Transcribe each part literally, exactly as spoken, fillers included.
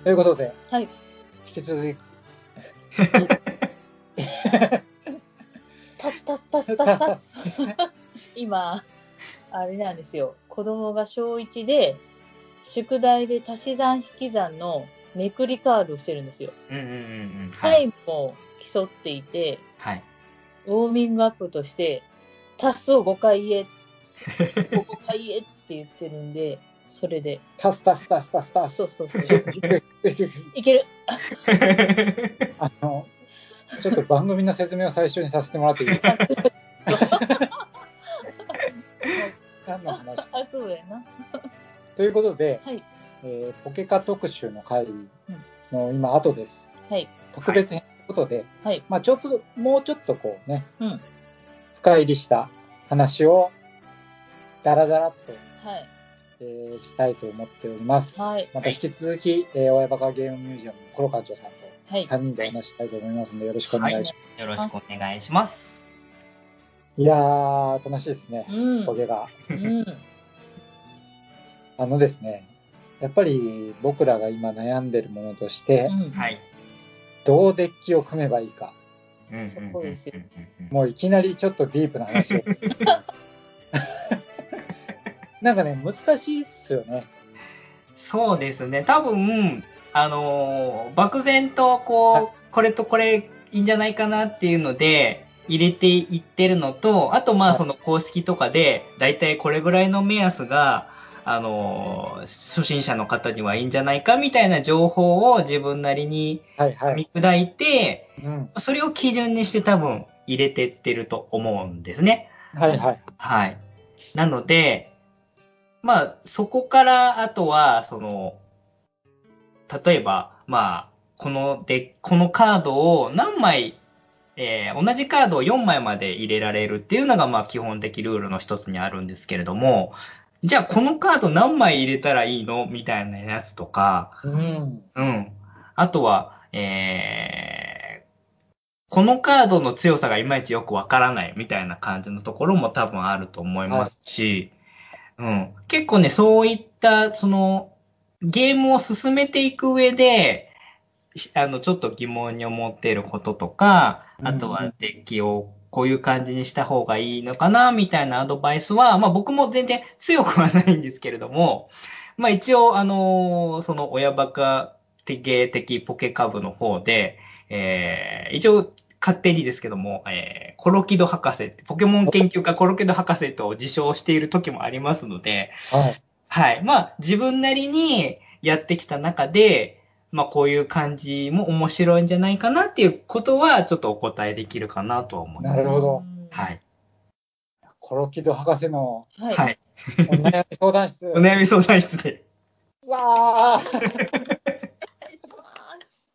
ということで、 はい。 引き続き、 タスタスタスタスタス。今、あれなんですよ。子供が小いちで、宿題で足し算引き算のめくりカードをしてるんですよ。 うんうんうんうん。 タイムも競っていて、 はい。 ウォーミングアップとして、足すをごかい言え、ごかい言えって言ってるんで、それで。 タスタスタスタスタス。 そうそうそう。いける。 あの、ちょっと番組の説明を最初にさせてもらっていいですか？何の話？ あ、そうだよな。 ということで、 はい。 えーポケカ特集の回の今後です。 はい。 特別編ということで、 はい。 まあちょっと、もうちょっとこうね、 うん。 深入りした話をダラダラっと、 はい。 えーしたいと思っております。 はい。 また引き続き、えー、親バカゲームミュージアムのコロ館長さんとはいさんにんでお話ししたいと思いますので、よろしくお願いします。 よろしくお願いします。 いやー、楽しいですね、 うん。 ポケが。 うん。 あのですね、やっぱり僕らが今悩んでるものとして、 うん。 はい。 どうデッキを組めばいいか。 そこですよ。 もういきなりちょっとディープな話を。なんかね、難しいっすよね。 そうですね。多分、あのー漠然と、こう、 はいこれとこれいいんじゃないかなっていうので、入れていってるのと、あと、まあ、 はいその公式とかで、だいたいこれぐらいの目安が、あのー初心者の方にはいいんじゃないかみたいな情報を自分なりに噛はいはい。 み砕いて、 うん。 それを基準にして多分入れてってると思うんですね。 はいはい。 はい。なので、まあ、そこから、あとは、その、例えば、まあ、こので、このカードを何枚、えー同じカードをよんまいまで入れられるっていうのが、まあ、基本的ルールの一つにあるんですけれども、じゃあ、このカード何枚入れたらいいのみたいなやつとか、 うん。 うん。あとは、えーこのカードの強さがいまいちよくわからないみたいな感じのところも多分あると思いますし、うん。結構ね、そういった、その、ゲームを進めていく上で、しあの、ちょっと疑問に思っていることとか、あとはデッキをこういう感じにした方がいいのかな、みたいなアドバイスは、まあ僕も全然強くはないんですけれども、まあ一応、あのその親バカ芸的ポケカブの方で、えー、一応、勝手にですけども、えー、コロキド博士、ポケモン研究家コロキド博士と自称している時もありますので、 はい。 はい。まあ、自分なりにやってきた中で、まあ、こういう感じも面白いんじゃないかなっていうことは、ちょっとお答えできるかなとは思います。 なるほど。 はい。 コロキド博士のはい。 はい。 お悩み相談室。 お悩み相談室で。 わーお願いします。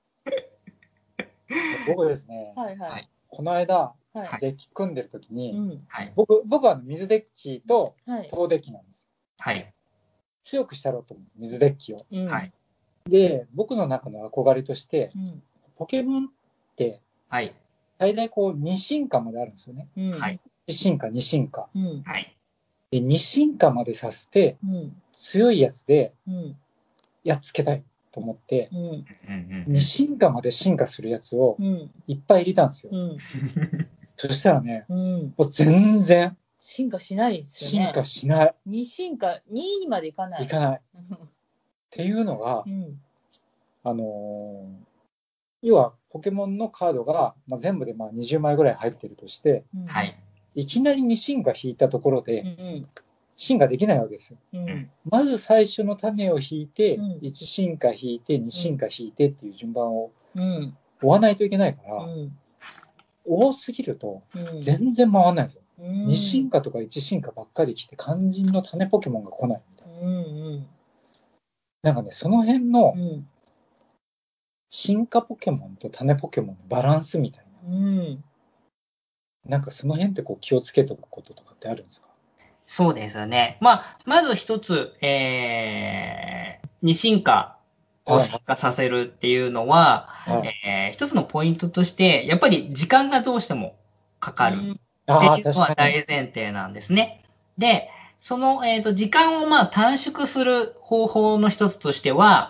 僕ですね、 はいははいい。 この間、 はい。 デッキ組んでる時うに、 ん。 はい。 僕、僕は水デッキとはい。 糖デッキなんです。 はい。 強くしたろうと思う、水デッキを。 うん。 はい。 で、僕の中の憧れとして、 うん。 ポケモンってはい。 最大こうに進化まであるんですよね。 うん。 はい。 いち進化、に進化。 うん。 はい。 で、に進化までさせて、 うん。 強いやつでうん。 やっつけたいと思って、 うん。 うんうんに進化まで進化するやつをうん。 いっぱい入れたんですよ。 うん。 そしたらね、 うん。 もう全然進化しないですよね。 進化しない。 に進化、にまでいかない。 いかない。っていうのがう、ん。 あのー要はポケモンのカードが、まあ、全部でまあにじゅうまいぐらい入ってるとして、 うん。 はい。 いきなりに進化引いたところうでん。 進化できないわけですよ。 うん。 まず最初の種を引いて、 うんいち進化引いて、に進化引いてっていう順番をうん。 追わないといけないかうら、 ん。 多すぎるとうん。 全然回んないんですよ。 うん。 に進化とかいち進化ばっかり来て肝心の種ポケモンが来ないみたいな。 うん。うん。 なんかね、その辺のうん。 進化ポケモンと種ポケモンのバランスみたいな。 うん。 なんかその辺ってこう気をつけておくこととかってあるんですか？ そうですね。まあ、まず一つ、えー、二進化を進化させるっていうのは、 はい。 えー、一つのポイントとして、やっぱり時間がどうしてもかかるっていうああ、 のは確かに。 大前提なんですね。で、その、えっと、時間をまあ短縮する方法の一つとしては、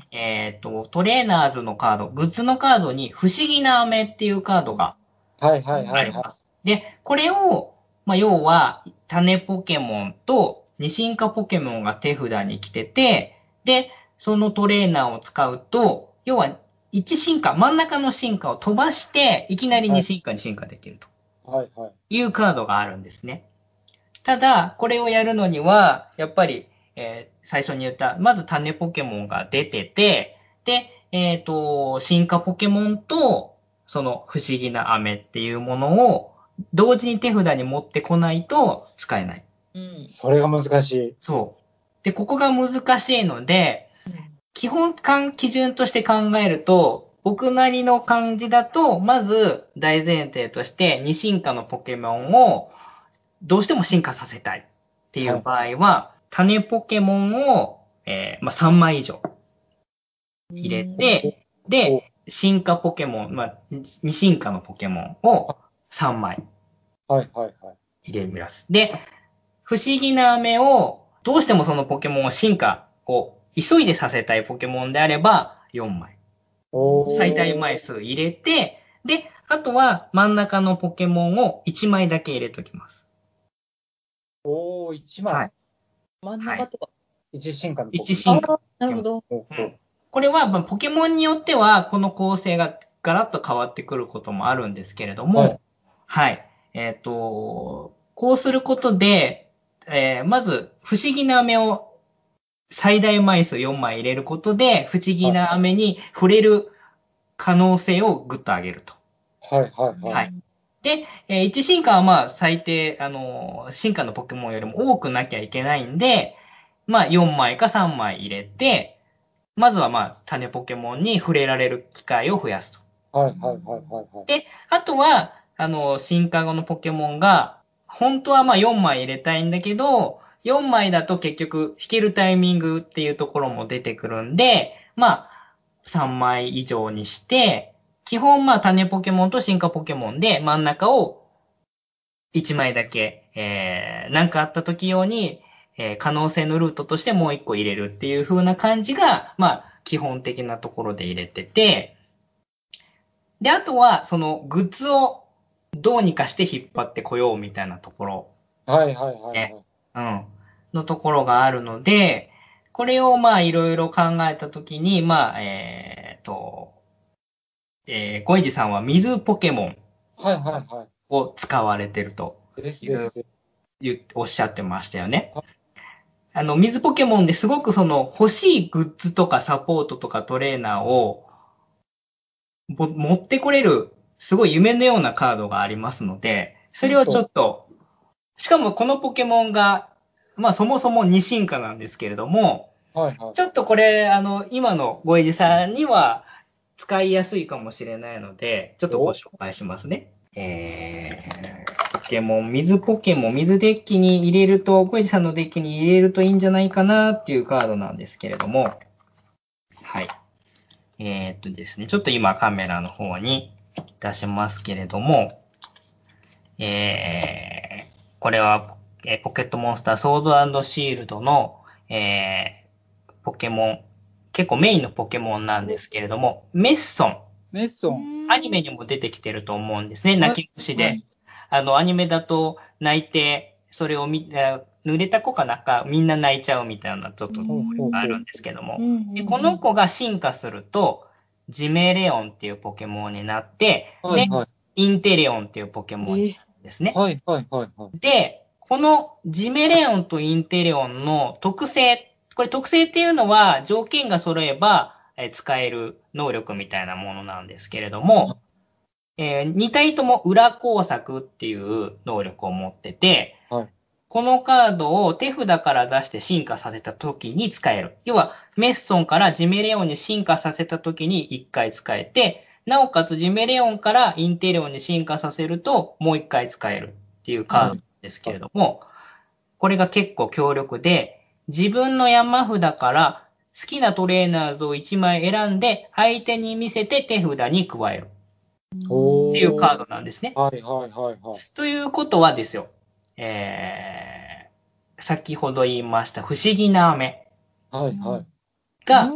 えっと、トレーナーズのカード、グッズのカードに不思議な飴っていうカードがはいはいあはいはります。で、これを、まあ、要は、種ポケモンと二進化ポケモンが手札に来てて、で、そのトレーナーを使うと、要は、一進化、真ん中の進化を飛ばして、いきなり二進化に進化できるとい。はいはい。 いうカードがあるんですね。ただ、これをやるのには、やっぱり、えー最初に言った、まず種ポケモンが出てて、で、えっと、進化ポケモンと、その不思議な飴っていうものを、同時に手札に持ってこないと使えない。 うん。 それが難しい。 そう。で、ここが難しいので、基本感基準として考えると、僕なりの感じだと、まず大前提として二進化のポケモンをどうしても進化させたいっていう場合は、種ポケモンを、えーまあ、さんまい以上入れて、で、進化ポケモン、まあ、二進化のポケモンをさんまいはいはいはい。 入れます。で、不思議な飴を、どうしてもそのポケモンを進化を急いでさせたいポケモンであればよんまい。 おー最大枚数入れて、で、あとは真ん中のポケモンをいちまいだけ入れときます。 おー、いちまい。 はい真ん中とか。 一進化の一進化。 あーなるほど。 おーこれはまあポケモンによってはこの構成がガラッと変わってくることもあるんですけれども、 はいはい。えっ、と、こうすることで、えーまず不思議な飴を最大枚数よんまい入れることで、不思議な飴に触れる可能性をぐっと上げると。 はいはいはい。 はいで、えー、いち進化はまあ最低、あのー進化のポケモンよりも多くなきゃいけないんで、まあよんまいかさんまい入れて、まずはまあ種ポケモンに触れられる機会を増やすと。 はいはいはいはいはい。 で、あとは、あの、進化後のポケモンが、本当はまあよんまい入れたいんだけど、よんまいだと結局引けるタイミングっていうところも出てくるんで、まあさんまい以上にして、基本まあ種ポケモンと進化ポケモンで真ん中をいちまいだけ、えー、なんかあった時用に、えー可能性のルートとしてもういっこ入れるっていう風な感じが、まあ基本的なところで入れてて、で、あとはそのグッズをどうにかして引っ張ってこようみたいなところ、 はいはいはいはい。 うん、のところがあるので、これをまあいろいろ考えたときに、まあ、えー、と、えー、ゴイジさんは水ポケモンはいはいはを使われてるとい。ですいうですです。 言っおっしゃってましたよねは。 あの、水ポケモンですごくその欲しいグッズとかサポートとかトレーナーをも持ってこれるすごい夢のようなカードがありますので、それをちょっと、しかもこのポケモンが、まあそもそも二進化なんですけれども、 はいはい。 ちょっとこれ、あの、今のごえじさんには使いやすいかもしれないので、ちょっとご紹介しますね。えー、ポケモン、水ポケモン、水デッキに入れると、ごえじさんのデッキに入れるといいんじゃないかなっていうカードなんですけれども、はい。えー、っとですね、ちょっと今カメラの方に出しますけれども、えー、これは、えーポケットモンスターソード&シールドの、えー、ポケモン、結構メインのポケモンなんですけれども、メッソン、 メッソン。 アニメにも出てきてると思うんですね、泣き虫で。 はいあの、アニメだと泣いて、それを見、あ濡れた子かなんかみんな泣いちゃうみたいなちょっとあるんですけども。でこの子が進化すると、ジメレオンっていうポケモンになって、で、 はいはい。 インテレオンっていうポケモンになるんですね。 はいはいはいはい。 で、このジメレオンとインテレオンの特性、これ特性っていうのは条件が揃えばえー使える能力みたいなものなんですけれども、えー、に体とも裏工作っていう能力を持ってて、 はいこのカードを手札から出して進化させた時に使える。要は、メッソンからジメレオンに進化させた時にいっかい使えて、なおかつジメレオンからインテレオンに進化させるともういっかい使えるっていうカードですけれども、これが結構強力で、自分の山札から好きなトレーナーズをいちまい選んで相手に見せて手札に加えるおーっていうカードなんですね。 はいはいはいはい。 ということはですよ、えー、先ほど言いました不思議な飴はいはい。 が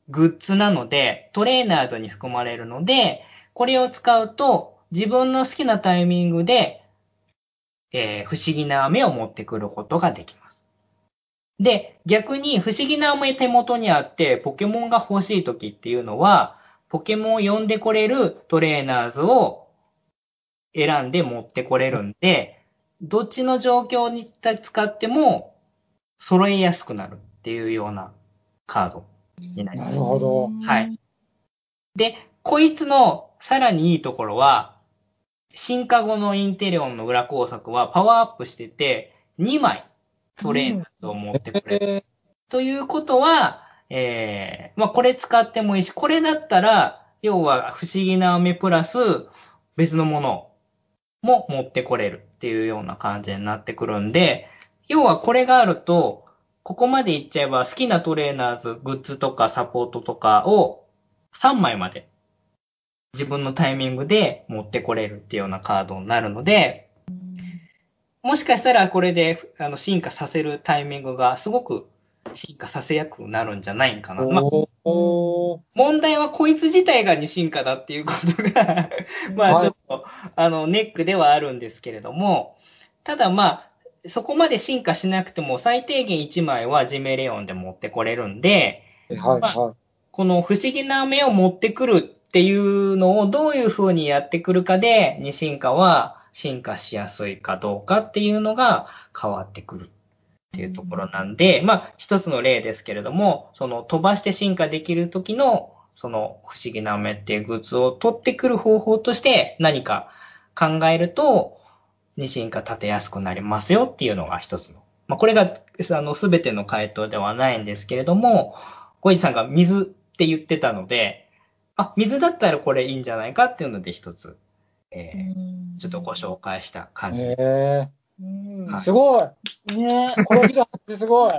グッズなので、トレーナーズに含まれるので、これを使うと自分の好きなタイミングで、えー、不思議な飴を持ってくることができます。で、逆に不思議な飴手元にあってポケモンが欲しい時っていうのは、ポケモンを呼んでこれるトレーナーズを選んで持ってこれるんで、どっちの状況に使っても揃えやすくなるっていうようなカードになります。 なるほど。 はい。で、こいつのさらにいいところは、進化後のインテリオンの裏工作はパワーアップしてて、にまいトレーナーズを持ってくれる。 えーということは、えー、まあこれ使ってもいいし、これだったら、要は不思議な飴プラス別のものも持ってこれるっていうような感じになってくるんで、要はこれがあると、ここまでいっちゃえば好きなトレーナーズ、グッズとかサポートとかをさんまいまで自分のタイミングで持ってこれるっていうようなカードになるので、もしかしたらこれであの進化させるタイミングがすごく進化させやすくなるんじゃないかな。まあ、 お問題はこいつ自体が二進化だっていうことがまあちょっと、あのネックではあるんですけれども、ただまあそこまで進化しなくても最低限いちまいはジメレオンで持ってこれるんで、 ーはいまあはい。 この不思議な目を持ってくるっていうのをどういう風にやってくるかで二進化は進化しやすいかどうかっていうのが変わってくるっていうところなんで、まあ一つの例ですけれども、その飛ばして進化できる時のその不思議な目っていうグッズを取ってくる方法として何か考えると二進化立てやすくなりますよっていうのが一つの。まあこれがあの全ての回答ではないんですけれども、小市さんが水って言ってたので、あ、水だったらこれいいんじゃないかっていうので一つ、えー、ちょっとご紹介した感じです。 えうんー、 はいすごい。 ね。 転びがあってすごい。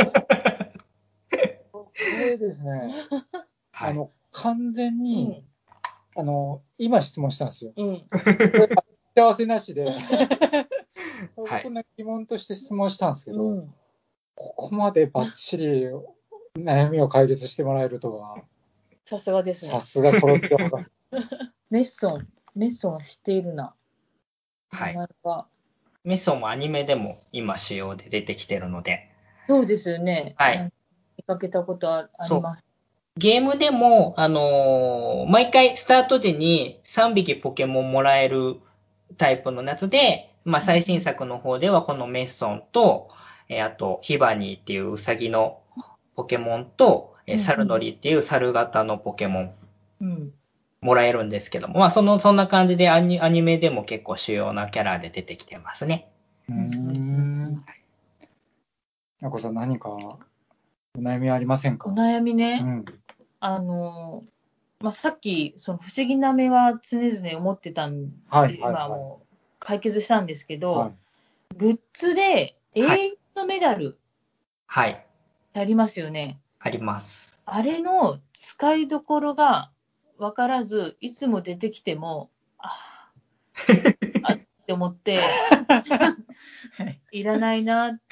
これですね。 はい。 あの完全うに、 ん。 あの今質問したんですよ。 うん。 これ幸せなしで、 はい僕の疑問として質問したんですけど、 うん。 ここまでバッチリ悩みを解決してもらえるとは、 さすがですねさ。すが転びが博士。 メッソン、メッソンは知っているな。 はい名前がメッソもアニメでも今仕様で出てきてるので、 そうですよね。 はい見かけたことああります。 ゲームでも、あのー毎回スタート時にさんびきポケモンもらえるタイプのやつで、まあ最新作の方ではこのメッソンと、えーあとヒバニーっていうウサギのポケモンと、えーサルノリっていう猿型のポケモンうん。 もらえるんですけども、まあその、そんな感じでアニアニメでも結構主要なキャラで出てきてますね。 うーん。なこさん何かお悩みありませんか？ お悩みね、 うん。 あの、まあ、さっきその不思議な目は常々思ってたんで、 はいはい今はい。 もう解決したんですけど、 はいグッズで永遠のメダルはい。 ありますよね。 あります。 あれの使いどころが分からず、いつも出てきても、ああって思って、いらないなって。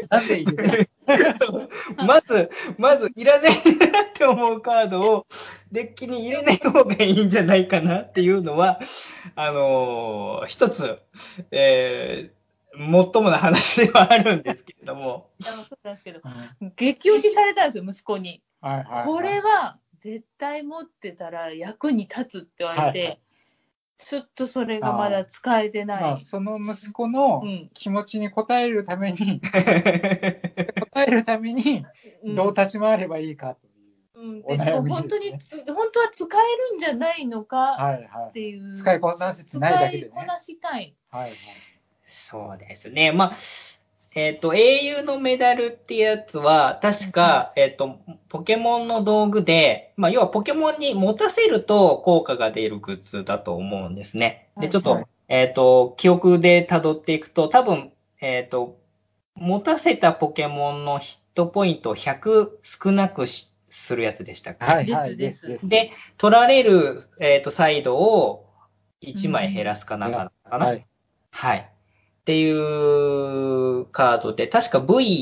なんでいいですか？ まず、まず、いらないなって思うカードをデッキに入れない方がいいんじゃないかなっていうのは、あのー一つ、えー、もっともな話ではあるんですけれども。 いやそうなんですけど、 うん激推しされたんですよ、息子に。 はいはいはい。 これは絶対持ってたら役に立つって言われて、 はいはいちょっとそれがまだ使えてない。 まあ、その息子のうん気持ちに応えるために、応えるためにうんどう立ち回ればいいかという。 うん、 おで悩みですね本当につ本当は使えるんじゃないのかはいはい。 っていう、 使いこなせてないだけでね。 使いこなしたい。 はいはい。 そうですね。まあ、えっ、と、英雄のメダルってやつは、確か、えっ、と、ポケモンの道具で、まあ、要はポケモンに持たせると効果が出るグッズだと思うんですね。で、ちょっと、 はいえっ、と、記憶で辿っていくと、多分、えっ、と、持たせたポケモンのヒットポイントをひゃく少なくしするやつでしたっけ？ はいはい。 でですすです。 で、取られる、えっ、と、サイドをいちまい減らすかなんかだったかな。 はい。 はい。っていうカードで、確か V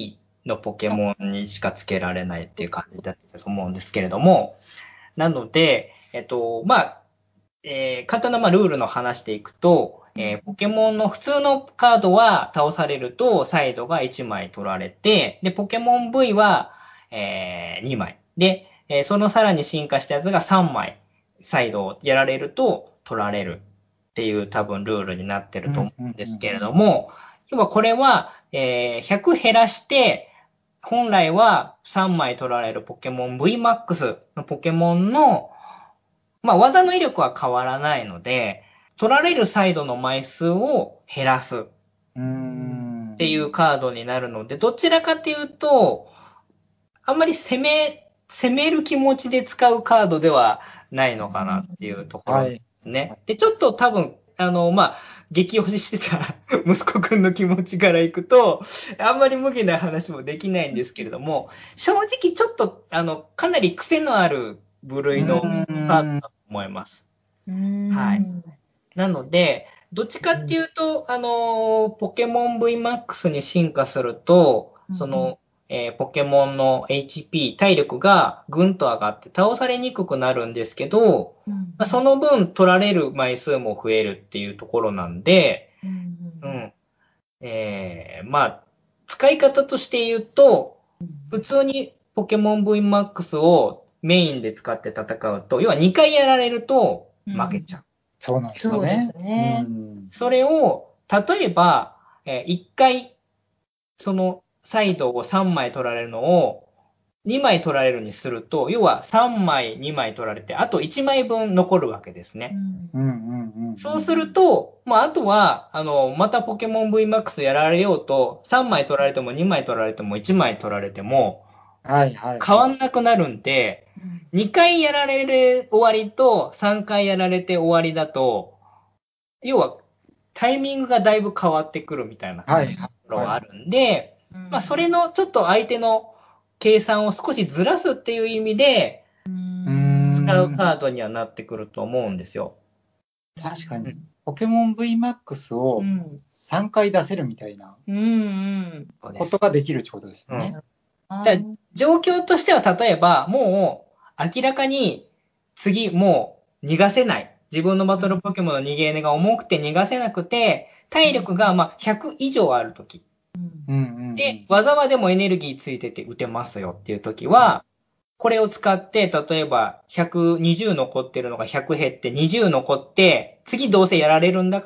のポケモンにしかつけられないっていう感じだったと思うんですけれども、なので、えっと、まあ、えー、簡単なまあルールの話でいくと、えー、ポケモンの普通のカードは倒されるとサイドがいちまい取られて、で、ポケモン ブイ は、えー、にまい。で、えー、そのさらに進化したやつがさんまいサイドをやられると取られるっていう多分ルールになってると思うんですけれども、要はこれは、えー、ひゃく減らして、本来はさんまい取られるポケモン ブイマックス のポケモンのまあ、技の威力は変わらないので、取られるサイドの枚数を減らすっていうカードになるので、どちらかというと、あんまり攻め、攻める気持ちで使うカードではないのかなっていうところですね。はい、で、ちょっと多分、あの、まあ、激推ししてた息子くんの気持ちからいくと、あんまり無限な話もできないんですけれども、正直ちょっと、あの、かなり癖のある部類のカードだと思います。はい。なので、どっちかっていうと、あの、ポケモン ブイマックス に進化すると、その、えー、ポケモンの エイチピー、体力がぐんと上がって倒されにくくなるんですけど、まあ、その分取られる枚数も増えるっていうところなんで、うん。えー、まあ、使い方として言うと、普通にポケモン ブイマックス をメインで使って戦うと、要はにかいやられると負けちゃう。うん、 そうなんですよね。 そうですね。 うん、 それを、例えば、えー、いっかい、そのサイドをさんまい取られるのをにまい取られるにすると、要はさんまい、にまい取られて、あといちまいぶん残るわけですね。 うんうんうんうん、 そうすると、まあ、あとは、あの、またポケモン ブイマックス やられようと、さんまい取られてもにまい取られてもいちまい取られても、 はいはい、 変わんなくなるんで、にかいやられる終わりとさんかいやられて終わりだと、要はタイミングがだいぶ変わってくるみたいなところがあるんで、まあ、それのちょっと相手の計算を少しずらすっていう意味で、使うカードにはなってくると思うんですよ。 確かに、うん、ポケモン ブイマックス をさんかい出せるみたいなことができるってことですね。 うん、だ状況としては例えばもう明らかに次もう逃がせない。自分のバトルポケモンの逃げ根が重くて逃がせなくて、体力がまあひゃく以上あるとき。うん、で、技はでもエネルギーついてて打てますよっていうときは、これを使って、例えばひゃくにじゅう残ってるのがひゃく減ってにじゅう残って、次どうせやられるんだから、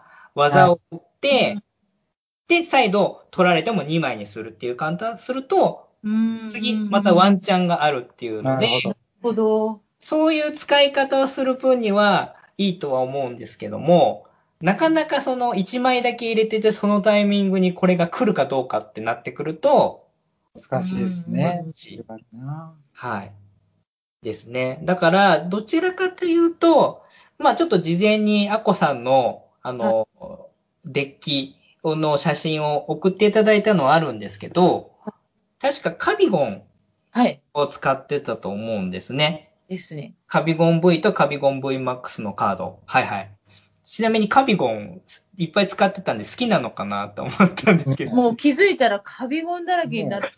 技を打って、はい、で、再度取られてもにまいにするっていう簡単すると、次またワンチャンがあるっていうので、なるほど。そういう使い方をする分にはいいとは思うんですけども、なかなかそのいちまいだけ入れててそのタイミングにこれが来るかどうかってなってくると、 難しいですね。 難しい。はい。ですね。だから、どちらかというと、まあちょっと事前にアコさんの、あの、デッキの写真を送っていただいたのはあるんですけど、確かカビゴンを使ってたと思うんですね。はい、 ですね。 カビゴン ブイ とカビゴン ブイマックス のカード。はいはい。ちなみにカビゴンいっぱい使ってたんで好きなのかなと思ったんですけど。 もう気づいたらカビゴンだらけになって。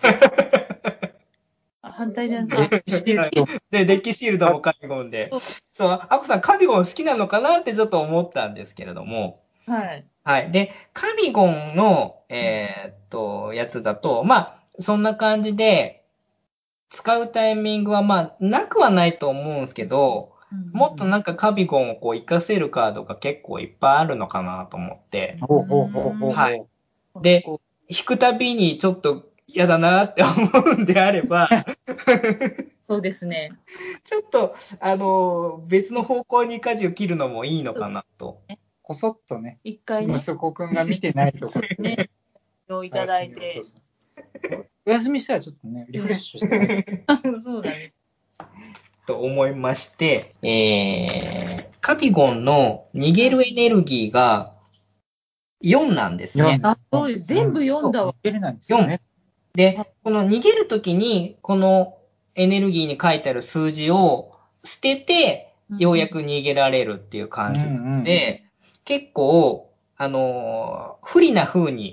反対だな。 で、デッキシールドもカビゴンで。そう、アコさんカビゴン好きなのかなってちょっと思ったんですけれども。 はい。 はい。で、カビゴンの、えー、っと、やつだと、まあ、そんな感じで、使うタイミングはまあ、なくはないと思うんですけど、もっとなんかカビゴンをこう活かせるカードが結構いっぱいあるのかなと思って。はい。で、引くたびにちょっと嫌だなって思うんであれば、 そうですね。 ちょっと、あの、別の方向に舵を切るのもいいのかなと。 こそっとね、 一回ね、 息子くんが見てないところね、をいただいて。そうそうお休みしたらちょっとね、リフレッシュして、 そうだね。 と思いまして、えー、カビゴンの逃げるエネルギーがよんなんですね。 あ、そうです。全部よんだわ。 逃げれないんですよね。 で、この逃げるときに、このエネルギーに書いてある数字を捨てて、ようやく逃げられるっていう感じで、うんうんうん、結構、あのー、不利な風に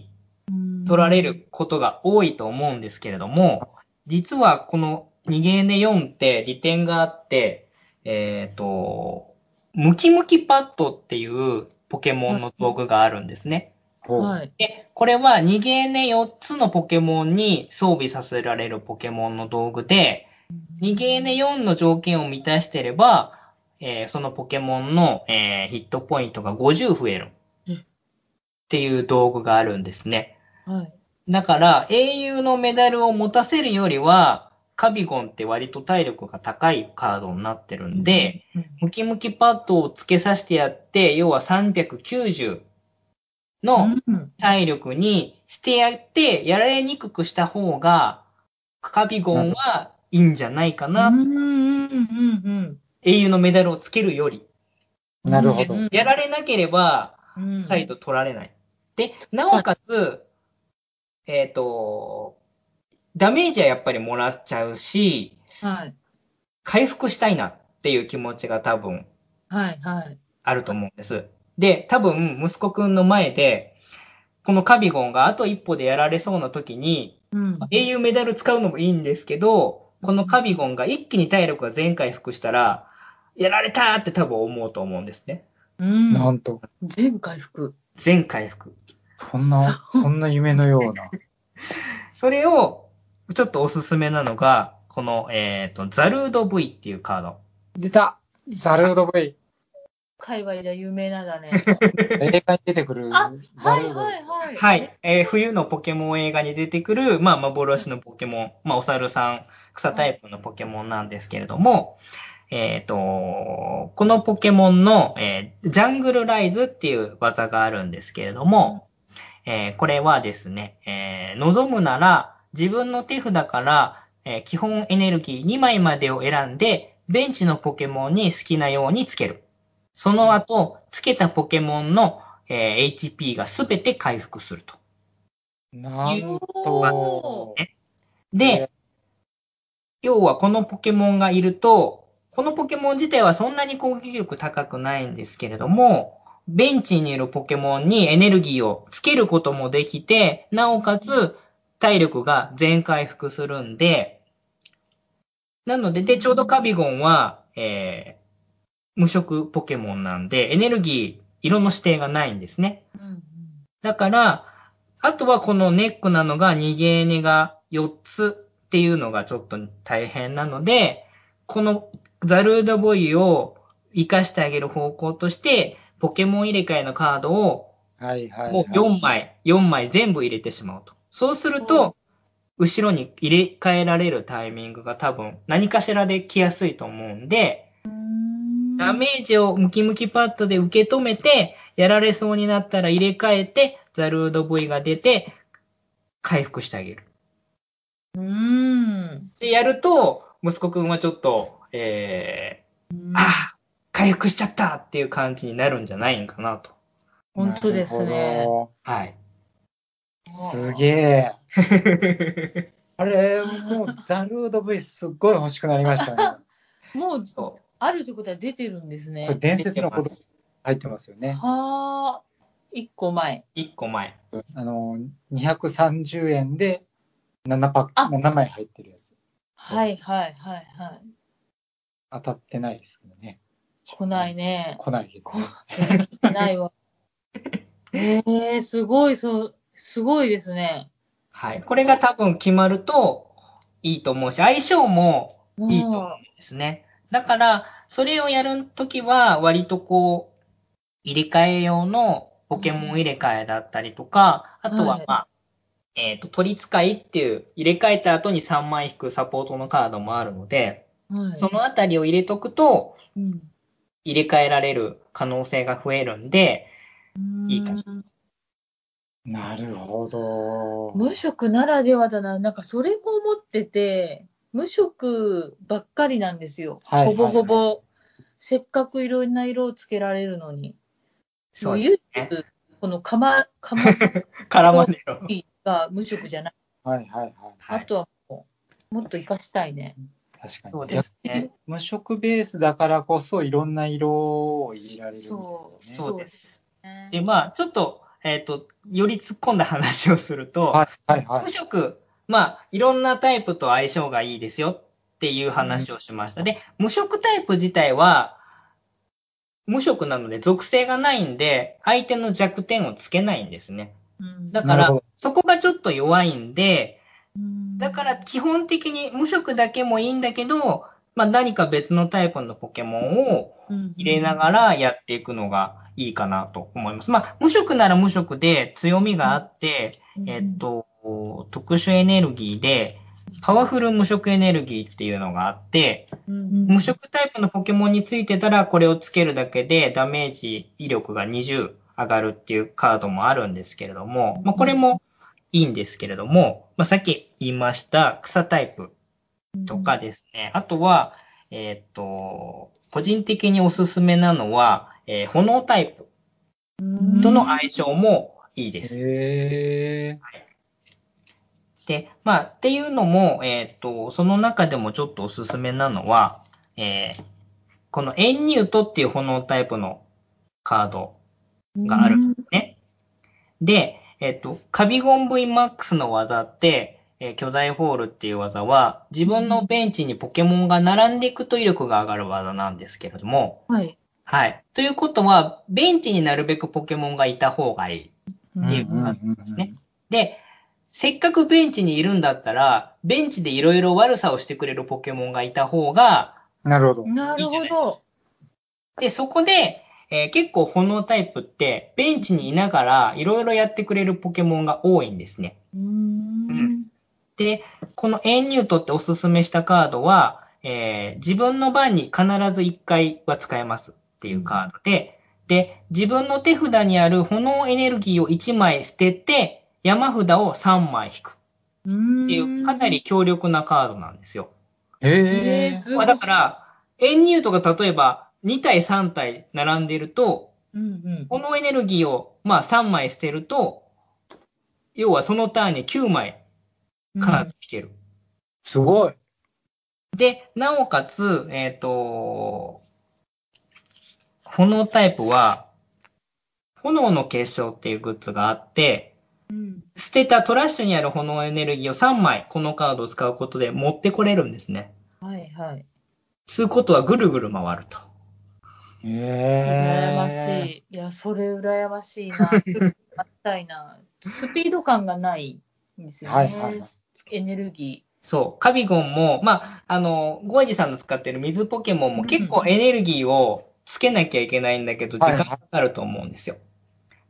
取られることが多いと思うんですけれども、実はこのにゲーネよんって利点があって、えっと、ムキムキパッドっていうポケモンの道具があるんですね。 はい。 で、これはにゲーネよっつのポケモンに装備させられるポケモンの道具で、にゲーネよんの条件を満たしてれば、えーそのポケモンの、えーヒットポイントがごじゅう増えるっていう道具があるんですね。 はい。 だから、英雄のメダルを持たせるよりは、カビゴンって割と体力が高いカードになってるんで、 うんムキムキパッドを付けさせてやって、要はさんびゃくきゅうじゅうの体力にしてやって、やられにくくした方が、カビゴンはいいんじゃないかな。 うんうんうんうん英雄のメダルをつけるより。 なるほど。 やられなければ、 うんサイト取られない。で、なおかつ、えっと、ダメージはやっぱりもらっちゃうし、 はい。 回復したいなっていう気持ちが多分はいはい。 あると思うんです。で、多分息子くんの前で、このカビゴンがあと一歩でやられそうな時に、 うん英雄メダル使うのもいいんですけど、このカビゴンが一気に体力が全回復したら、やられたーって多分思うと思うんですね。 うん。 なんと。 全回復。 全回復。 そんな、そんな夢のような。 それを、ちょっとおすすめなのが、この、えっと、ザルード V っていうカード。 出たザルード V。 界隈じゃ有名なんだね。 映画に出てくるあ、 ザはいルードです。 はいはい。 はい。えー冬のポケモン映画に出てくる、まあ、幻のポケモン、まあ、お猿さん、草タイプのポケモンなんですけれども、えっと、このポケモンの、えージャングルライズっていう技があるんですけれども、えーこれはですね、えー望むなら自分の手札から、えー基本エネルギーにまいまでを選んで、ベンチのポケモンに好きなようにつける。その後、つけたポケモンの、えー エイチピー がすべて回復すると。 なんと。 で、要はこのポケモンがいると、このポケモン自体はそんなに攻撃力高くないんですけれども、ベンチにいるポケモンにエネルギーをつけることもできて、なおかつ体力が全回復するんで、なので、で、ちょうどカビゴンは、えー、無色ポケモンなんで、エネルギー、色の指定がないんですね。 うんだから、あとはこのネックなのがにゲーネがよっつっていうのがちょっと大変なので、このザルードボイを活かしてあげる方向として、ポケモン入れ替えのカードをはいはい、 もうよんまい、よんまい全部入れてしまうと。そうすると、後ろに入れ替えられるタイミングが多分何かしらで来やすいと思うんで、ダメージをムキムキパッドで受け止めて、やられそうになったら入れ替えて、ザルード V が出て、回復してあげる。 うーん。 で、やると、息子くんはちょっと、えー、ああ、回復しちゃったっていう感じになるんじゃないんかなと。 本当ですね。 はい。 すげえ。あれ、もうザルード V すっごい欲しくなりましたね。 もう、そうあるってことは出てるんですね。 これ伝説のこと入ってますよね。 はあ。いっこまえ。 いっこまえ。 あの、にひゃくさんじゅうえんでななパック、ななまい入ってるやつ。 はいはいはいはい。 当たってないですけどね。 来ないね。 来ないけど、ね。 来ないわ。えー、すごい、そう、すごいですね。 はい。これが多分決まるといいと思うし、相性もいいと思うんですね。だから、それをやるときは、割とこう、入れ替え用のポケモン入れ替えだったりとか、あとは、まあ、はい、えっと、取り使いっていう、入れ替えた後にさんまい引くサポートのカードもあるので、はい、そのあたりを入れとくと、うん、入れ替えられる可能性が増えるんで、いいかな。 なるほど。 無色ならではだな。なんかそれも思ってて、無色ばっかりなんですよ。はいはいはい、ほぼほぼ、せっかくいろんな色をつけられるのに。 そうですね。 このかま、かま、 絡まねろが無色じゃない。 はいはいはい。 あとはもう、もっと活かしたいね。 確かに。 そうですね。 無色ベースだからこそいろんな色を入れられる、ね。 そう、そうです。で、まあ、ちょっと、 えっと、より突っ込んだ話をすると、 はいはいはい、 無色、まあ、いろんなタイプと相性がいいですよっていう話をしました。で、無色タイプ自体は、無色なので属性がないんで、相手の弱点をつけないんですね。だから、そこがちょっと弱いんで、だから基本的に無色だけもいいんだけど、まあ何か別のタイプのポケモンを入れながらやっていくのがいいかなと思います。まあ無色なら無色で強みがあって、えっと、特殊エネルギーで、パワフル無色エネルギーっていうのがあって、無色タイプのポケモンについてたらこれをつけるだけでダメージ威力がにじゅう上がるっていうカードもあるんですけれども、まあこれもいいんですけれども、まあ、さっき言いました草タイプとかですね。うん、あとは、えっと、個人的におすすめなのは、えー、炎タイプとの相性もいいです。 へー。 はい、で、まあ、っていうのも、えっと、その中でもちょっとおすすめなのは、えー、このエンニュートっていう炎タイプのカードがあるんですね。で、えっと、カビゴン ブイマックス の技って、えー、巨大ホールっていう技は、自分のベンチにポケモンが並んでいくと威力が上がる技なんですけれども、 はい。 はい。ということは、ベンチになるべくポケモンがいた方がいいっていうことなんですね。で、せっかくベンチにいるんだったら、ベンチでいろいろ悪さをしてくれるポケモンがいた方が、 なるほど。 なるほど。 で、そこで、えー、結構炎タイプってベンチにいながらいろいろやってくれるポケモンが多いんですね。 うーんうん、 で、このエンニュートっておすすめしたカードは、えー、自分の番に必ずいっかいは使えますっていうカードで、うん、で、自分の手札にある炎エネルギーをいちまい捨てて、山札をさんまい引くっていうかなり強力なカードなんですよ。 へー。 まあ、だから、エンニュートが例えばにたいさんたい並んでいると、うんうん、このエネルギーをまあさんまい捨てると、要はそのターンにきゅうまいカード引ける。うん、 すごい。 で、なおかつ、えっと、炎タイプは、炎の結晶っていうグッズがあって、うん、捨てたトラッシュにある炎エネルギーをさんまいこのカードを使うことで持ってこれるんですね。 はいはい。 つうことはぐるぐる回ると。 へえ。 羨ましい。いや、それ羨ましいな。したいな。スピード感がないんですよね。はいはいはい、エネルギー。 そう。カビゴンも、まあ、あの、ゴエジさんの使ってる水ポケモンも結構エネルギーをつけなきゃいけないんだけど、時間かかると思うんですよ。はいはい、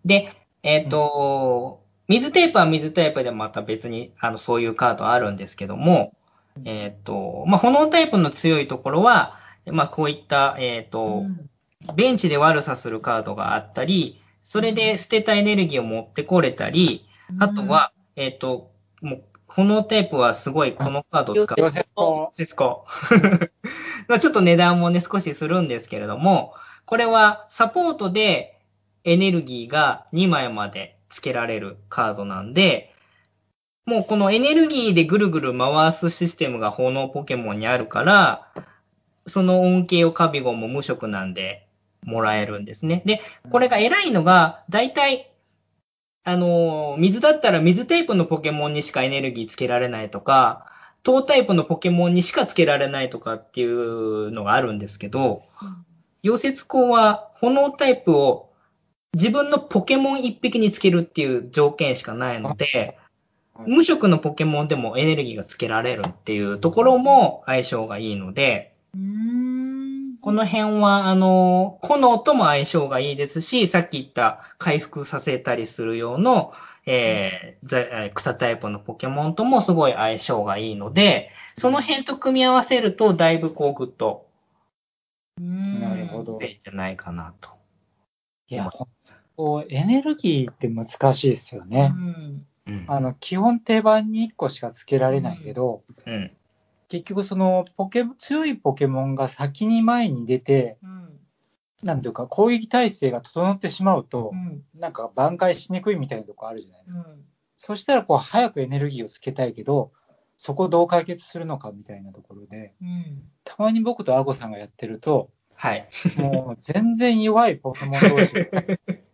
で、えっと、うん、水テープは水テープでまた別に、あの、そういうカードあるんですけども、えっと、まあ、炎タイプの強いところは、まあ、こういった、えっと、うん、ベンチで悪さするカードがあったり、それで捨てたエネルギーを持ってこれたり、うん、あとは、えっと、もう、炎テープはすごいこのカードを使う。 ヨセコ。 セスコ。まあちょっと値段もね、少しするんですけれども、これはサポートでエネルギーがにまいまで付けられるカードなんで、もうこのエネルギーでぐるぐる回すシステムが炎ポケモンにあるから、その恩恵をカビゴンも無色なんでもらえるんですね。で、これが偉いのが、だいたいあの、水だったら水タイプのポケモンにしかエネルギーつけられないとか、糖タイプのポケモンにしかつけられないとかっていうのがあるんですけど、うん、溶接工は炎タイプを自分のポケモン一匹につけるっていう条件しかないので、無色のポケモンでもエネルギーがつけられるっていうところも相性がいいので、うーんこの辺は、あの、炎とも相性がいいですし、さっき言った回復させたりする用の、えー、草タイプのポケモンともすごい相性がいいので、その辺と組み合わせると、だいぶこうグッと、 なるほど。 いいんじゃないかなと。 いや、こうエネルギーって難しいですよね。うん、あの基本定番にいっこしかつけられないけど、うんうん結局そのポケ強いポケモンが先に前に出て、うん、なんていうか攻撃体制が整ってしまうと、うん、なんか挽回しにくいみたいなところあるじゃないですか、うん、そしたらこう早くエネルギーをつけたいけどそこをどう解決するのかみたいなところで、うん、たまに僕とアゴさんがやってると、 はい、 もう全然弱いポケモン同士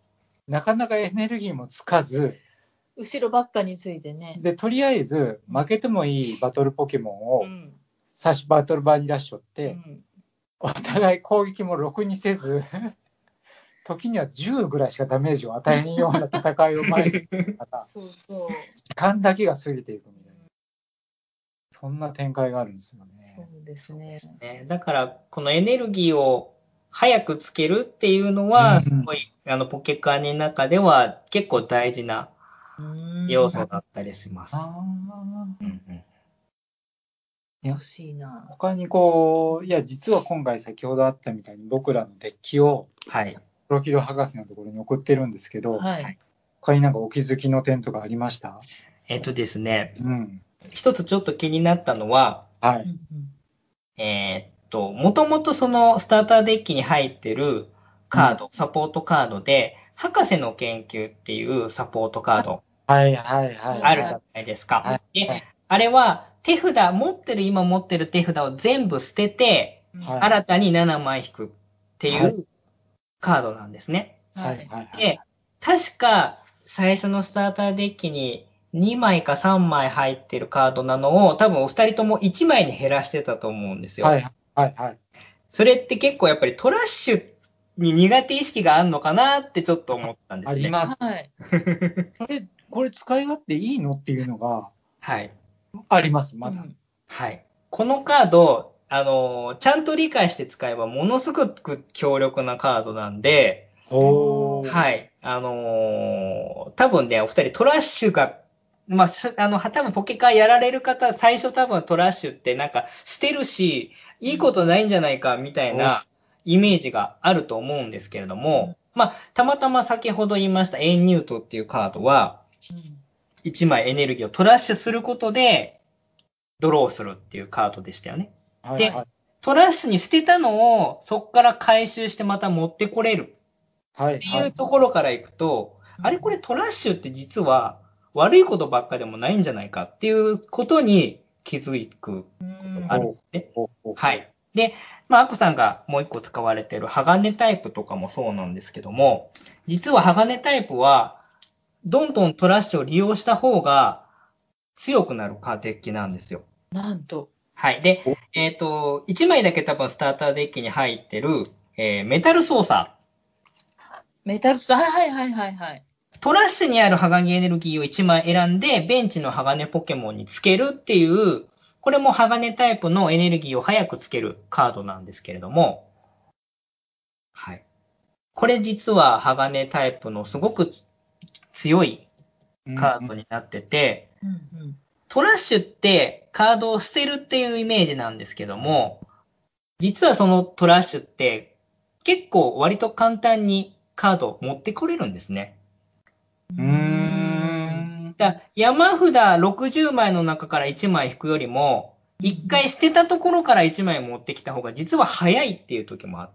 なかなかエネルギーもつかず、 後ろばっかについてね。 で、とりあえず、負けてもいいバトルポケモンを、最初バトル場に出しとって、うん、お互い攻撃もろくにせず、時にはじゅうぐらいしかダメージを与えんような戦いを前にするから、そうそう時間だけが過ぎていくみたいな。そんな展開があるんですよね。 そうですね。 だから、このエネルギーを早くつけるっていうのは、すごい、うん、あの、ポケカネの中では結構大事な要素だったりします。うんうん、 欲しいな。 他にこう、いや、実は今回先ほどあったみたいに僕らのデッキを、 はい。 プロキド博士のところに送ってるんですけど、はい、他になんかお気づきの点とかありました？ えっとですね、うん、一つちょっと気になったのは、はい、えー、っと、もともとそのスターターデッキに入ってるカード、うん、サポートカードで、博士の研究っていうサポートカード、 はいはいはい。 あるじゃないですか。はい、で、あれは手札、持ってる、今持ってる手札を全部捨てて、はい、新たにななまい引くっていうカードなんですね。 はいはい、 で、確か最初のスターターデッキににまいかさんまい入ってるカードなのを多分お二人ともいちまいに減らしてたと思うんですよ。 はいはいはい。 それって結構やっぱりトラッシュに苦手意識があるのかなってちょっと思ったんですね。 あります。はい。これ、これ使い勝手いいのっていうのが、 はい。 あります、まだ、うん。 はい。このカード、あのー、ちゃんと理解して使えばものすごく強力なカードなんで、はい。あのー、多分ね、お二人トラッシュが、まあ、あの、多分ポケカやられる方、最初多分トラッシュってなんか捨てるし、いいことないんじゃないかみたいなイメージがあると思うんですけれども、まあ、たまたま先ほど言いましたエンニュートっていうカードは、いちまいエネルギーをトラッシュすることで、ドローするっていうカードでしたよね。はいはい、で、トラッシュに捨てたのをそこから回収してまた持ってこれるっていうところからいくと、はいはい、あれこれトラッシュって実は悪いことばっかでもないんじゃないかっていうことに気づくことがあるんですね。はい。で、まあ、アコさんがもう一個使われている鋼タイプとかもそうなんですけども、実は鋼タイプは、どんどんトラッシュを利用した方が強くなるデッキなんですよ。 なんと。 はい。で、えっと、いちまいだけ多分スターターデッキに入ってる、えー、メタル操作。 メタル操作、はいはいはいはい。 トラッシュにある鋼エネルギーをいちまい選んで、ベンチの鋼ポケモンにつけるっていう、これも鋼タイプのエネルギーを早くつけるカードなんですけれども、はい。これ実は鋼タイプのすごく強いカードになってて、うんうんうん、トラッシュってカードを捨てるっていうイメージなんですけども、実はそのトラッシュって結構割と簡単にカードを持ってこれるんですね。うーん。だ山札ろくじゅうまいの中からいちまい引くよりも、いっかい捨てたところからいちまい持ってきた方が実は早いっていう時もあって。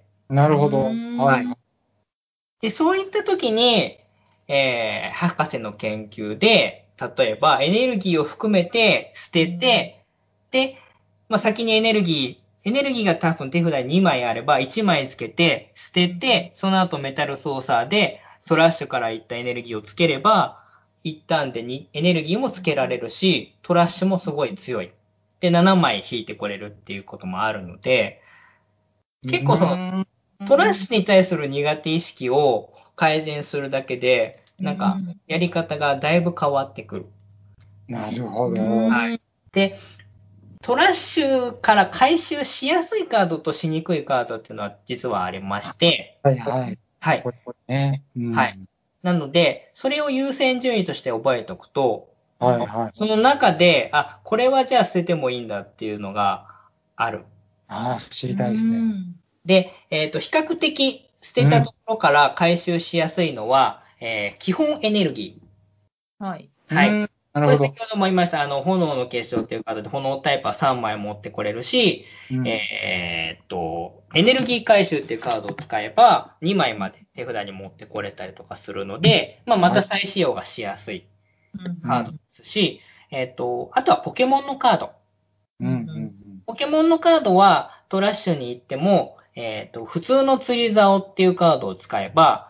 なるほど。はい。 で、そういった時に、えー、博士の研究で、例えばエネルギーを含めて捨てて、で、まあ、先にエネルギー、エネルギーが多分手札ににまいあればいちまいつけて捨てて、その後メタル操作でトラッシュからいったエネルギーをつければ、一旦でにエネルギーもつけられるし、トラッシュもすごい強い。で、ななまい引いてこれるっていうこともあるので、結構その、トラッシュに対する苦手意識を改善するだけで、なんか、やり方がだいぶ変わってくる。 なるほど。 はい。で、トラッシュから回収しやすいカードとしにくいカードっていうのは実はありまして。 はいはい。 はい。 これねうん、 はい。なので、それを優先順位として覚えておくと、 はいはい。 その中で、あ、これはじゃあ捨ててもいいんだっていうのがある。 ああ、知りたいですね。 で、えっと、比較的捨てたところから回収しやすいのは、うん、えー、基本エネルギー。はい。 はい。なるほど。これ先ほども言いました、あの、炎の結晶っていうカードで、炎タイプはさんまい持ってこれるし、うん、えー、っと、エネルギー回収っていうカードを使えば、にまいまで手札に持ってこれたりとかするので、まあ、また再使用がしやすいカードですし、うん、えー、っと、あとはポケモンのカード。うんうんうん、ポケモンのカードはトラッシュに行っても、えっと、普通の釣り竿っていうカードを使えば、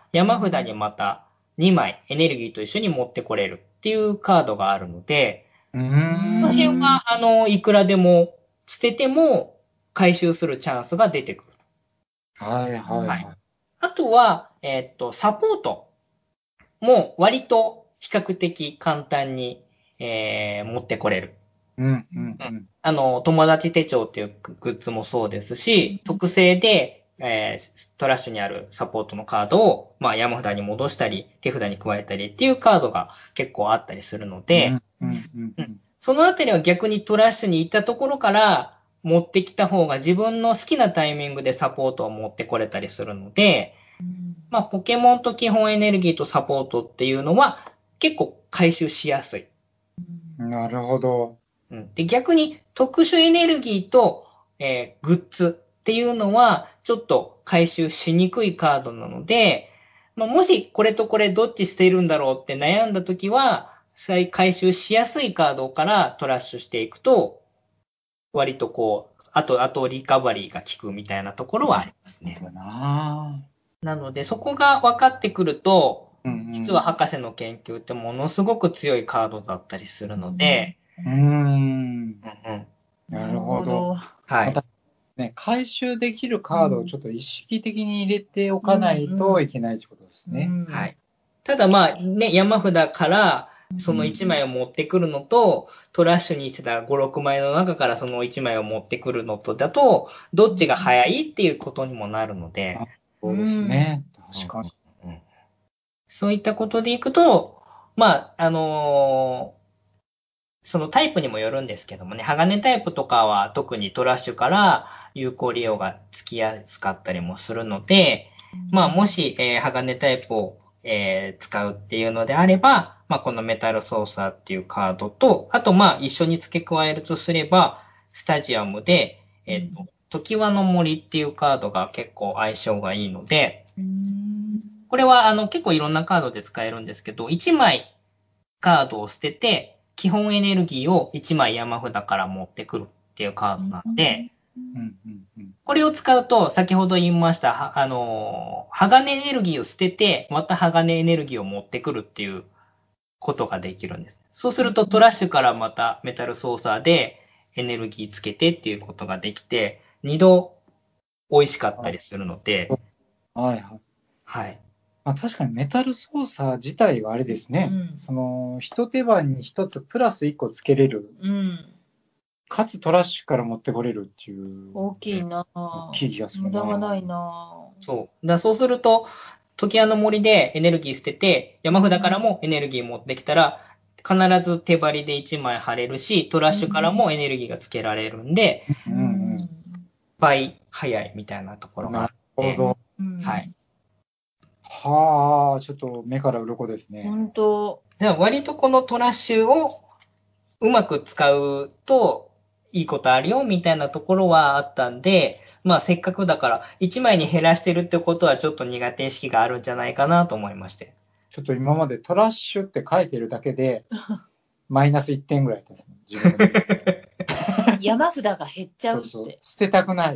山札にまたにまいエネルギーと一緒に持ってこれるっていうカードがあるので、 うーん。 この辺は、あの、いくらでも捨てても回収するチャンスが出てくる。 はいはいはい。 はい、あとは、えーっと、サポートも割と比較的簡単に、えー、持ってこれる。 うんうんうん。 あの、友達手帳っていうグッズもそうですし、特製で、えー、トラッシュにあるサポートのカードを、まあ、山札に戻したり、手札に加えたりっていうカードが結構あったりするので、 うんうんうんうん、 そのあたりは逆にトラッシュに行ったところから持ってきた方が自分の好きなタイミングでサポートを持ってこれたりするので、まあ、ポケモンと基本エネルギーとサポートっていうのは結構回収しやすい。 なるほど。 で、逆に特殊エネルギーと、えー、グッズっていうのはちょっと回収しにくいカードなので、まあ、もしこれとこれどっち捨てるんだろうって悩んだときは、再回収しやすいカードからトラッシュしていくと、割とこう、あと、あとリカバリーが効くみたいなところはありますね。 な, なので、そこが分かってくると、 うんうん、 実は博士の研究ってものすごく強いカードだったりするので、 うーん。うんうん、なるほど。 はい。 またね、回収できるカードをちょっと意識的に入れておかないといけないということですね。 うんうん、はい。ただまあね、山札からそのいちまいを持ってくるのと、うん、トラッシュにしてたご、ろくまいの中からそのいちまいを持ってくるのとだと、どっちが早いっていうことにもなるので。 そうですね。確かに。 うんうん、そういったことでいくと、まあ、あのー、そのタイプにもよるんですけどもね、鋼タイプとかは特にトラッシュから有効利用がつきやすかったりもするので、まあもし、えー、鋼タイプを、えー、使うっていうのであれば、まあこのメタルソーサーっていうカードと、あとまあ一緒に付け加えるとすれば、スタジアムで、えっと、時輪の森っていうカードが結構相性がいいので、これはあの結構いろんなカードで使えるんですけど、いちまいカードを捨てて、基本エネルギーをいちまい山札から持ってくるっていうカードなので、 うんうんうん、 これを使うと、先ほど言いました、あの、鋼エネルギーを捨てて、また鋼エネルギーを持ってくるっていうことができるんです。そうするとトラッシュからまたメタルソーサーでエネルギーつけてっていうことができて、二度美味しかったりするので。 はいはい。 はい。 まあ、確かにメタルソーサー自体があれですね。うん、その、一手番に一つプラス一個つけれる。うん。かつトラッシュから持ってこれるっていう。 大きいなぁ。 大きい気がするな。 無駄がないなぁ。そう。だそうすると、時矢の森でエネルギー捨てて、山札からもエネルギー持ってきたら、必ず手張りでいちまい貼れるし、トラッシュからもエネルギーがつけられるんで、うんうん、倍早いみたいなところがあって。 なるほど。 はい。 はあ、ちょっと目から鱗ですね。 本当。 割とこのトラッシュをうまく使うといいことあるよみたいなところはあったんで、まあせっかくだからいちまいに減らしてるってことはちょっと苦手意識があるんじゃないかなと思いまして。 ちょっと今までトラッシュって書いてるだけでマイナスいってんぐらいです、ね、自分で。 山札が減っちゃうって。そうそう、 捨てたくない。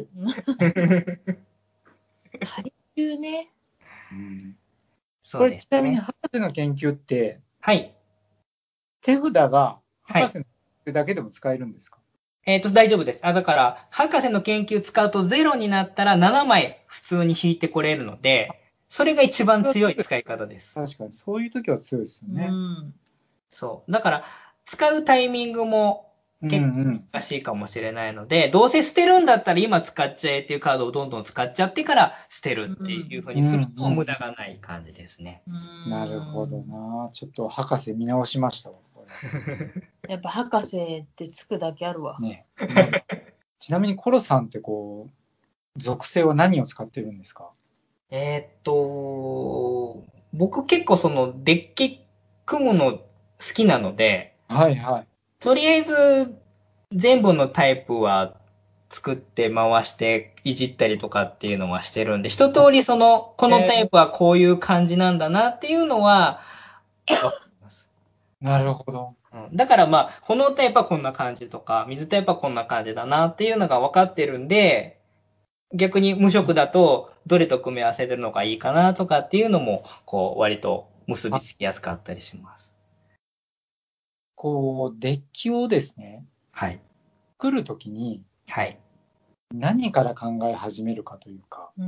回収ね。 うん、これちなみに博士の研究って、 はい、 手札が博士の研究だけでも使えるんですか？ はい、えっと、大丈夫です。あ、だから、博士の研究使うとゼロになったらななまい普通に引いてこれるので、それが一番強い使い方です。 確かに、そういう時は強いですよね。 うん、 そう。だから、使うタイミングも結構難しいかもしれないので、うんうん、どうせ捨てるんだったら今使っちゃえっていうカードをどんどん使っちゃってから捨てるっていう風にすると無駄がない感じですね。 うんうん、なるほどな。ちょっと博士見直しましたわ。 やっぱ博士ってつくだけあるわ。 ね、ちなみにコロさんってこう、属性は何を使ってるんですか？ えー、っと、僕結構そのデッキ組むの好きなので、 はいはい。 とりあえず全部のタイプは作って回していじったりとかっていうのはしてるんで、一通りその、このタイプはこういう感じなんだなっていうのは分かります。 なるほど。 うん、だからまあ、炎タイプはこんな感じとか、水タイプはこんな感じだなっていうのが分かってるんで、逆に無色だとどれと組み合わせるのがいいかなとかっていうのも、こう、割と結びつきやすかったりします。 こう、デッキをですね、 はい。 作るときに、 はい。 何から考え始めるかというか。 うん、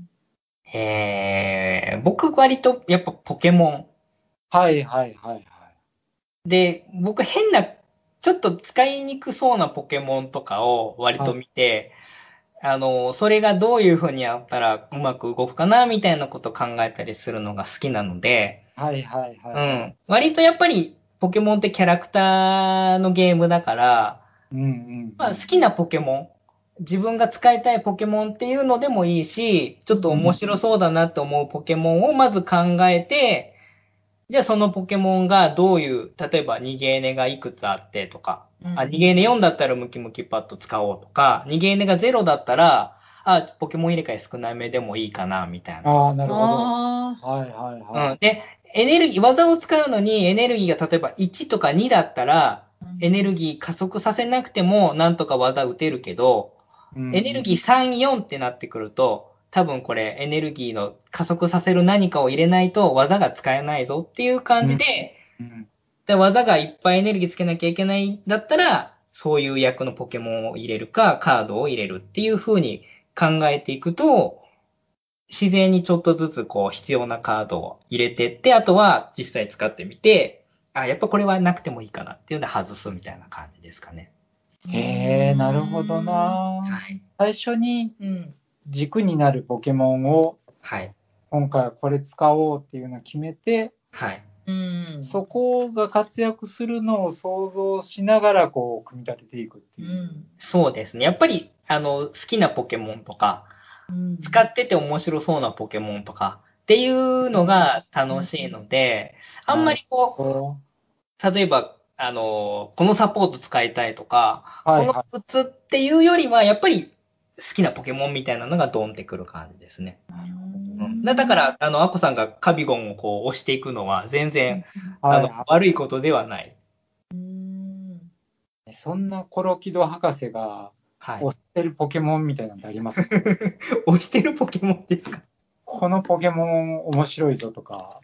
えー、僕割とやっぱポケモン。 はいはいはいはい。 で、僕変な、ちょっと使いにくそうなポケモンとかを割と見て、はい、あの、それがどういう風にやったらうまく動くかな、みたいなことを考えたりするのが好きなので、 はいはいはい。 うん。割とやっぱりポケモンってキャラクターのゲームだから、 うんうんうん、 まあ好きなポケモン、自分が使いたいポケモンっていうのでもいいし、ちょっと面白そうだなと思うポケモンをまず考えて、じゃあそのポケモンがどういう、例えばニゲーネがいくつあってとか、うん、あ、ニゲーネよんだったらムキムキパッド使おうとか、ニゲーネがゼロだったら、あ、ポケモン入れ替え少なめでもいいかな、みたいな。 ああ、なるほど。はいはいはい。 うん。で、エネルギー、技を使うのにエネルギーが例えばいちとかにだったら、エネルギー加速させなくてもなんとか技打てるけど、うん、エネルギーさん、よんってなってくると、多分これエネルギーの加速させる何かを入れないと技が使えないぞっていう感じで、うんうん、で技がいっぱいエネルギーつけなきゃいけないんだったら、そういう役のポケモンを入れるか、カードを入れるっていう風に考えていくと、自然にちょっとずつこう必要なカードを入れてって、あとは実際使ってみて、あ、やっぱこれはなくてもいいかなっていうので外すみたいな感じですかね。 へえ、なるほどな、はい。最初に軸になるポケモンを、はい、今回はこれ使おうっていうのを決めて、はい、うんそこが活躍するのを想像しながらこう組み立てていくっていう。うん、 そうですね。やっぱりあの好きなポケモンとか、うん、使ってて面白そうなポケモンとかっていうのが楽しいので、うん、あんまりこう、例えばあの、このサポート使いたいとか、はいはい、この靴っていうよりは、やっぱり好きなポケモンみたいなのがドンってくる感じですね。うん、だから、あの、アコさんがカビゴンをこう押していくのは全然、はいはい、あの悪いことではない。 うんそんなコロキド博士が押してるポケモンみたいなのってあります、はい、 押してるポケモンですか？ このポケモン面白いぞとか。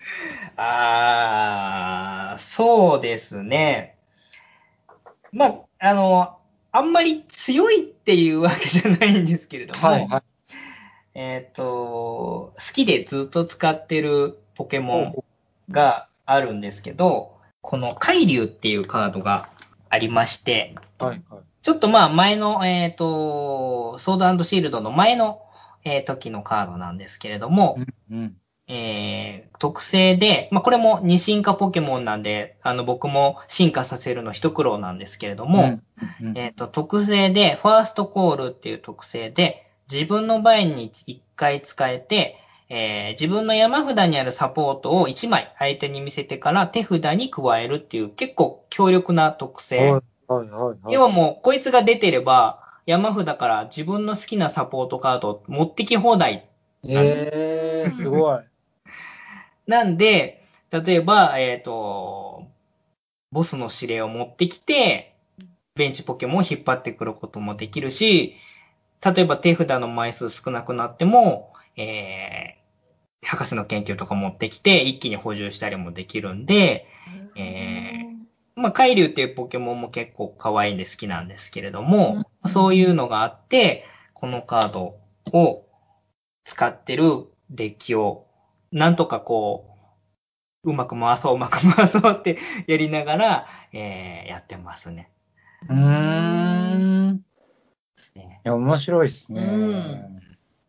ああ、そうですね。まあ、あの、あんまり強いっていうわけじゃないんですけれども、はいはい、えっと、好きでずっと使ってるポケモンがあるんですけど、この海竜っていうカードがありまして、はいはい、ちょっとまあ前の、えっと、ソード&シールドの前の、えー、時のカードなんですけれども、うんうんえー、特性で、まあ、これも二進化ポケモンなんで、あの、僕も進化させるの一苦労なんですけれども、うんうん、えっと、特性で、ファーストコールっていう特性で、自分の場合に一回使えて、えー、自分の山札にあるサポートを一枚相手に見せてから手札に加えるっていう結構強力な特性。はいはいはいはい、要はもう、こいつが出てれば、山札から自分の好きなサポートカードを持ってき放題。 えー、すごい。 なんで、例えば、えっと、ボスの指令を持ってきて、ベンチポケモンを引っ張ってくることもできるし、例えば手札の枚数少なくなっても、えー、博士の研究とか持ってきて、一気に補充したりもできるんで、えー、まあ、海竜っていうポケモンも結構可愛いんで好きなんですけれども、うん、そういうのがあって、このカードを使ってるデッキをなんとかこう、うまく回そう、うまく回そうってやりながら、えー、やってますね。 うーん。ね、いや、面白いですね。うん、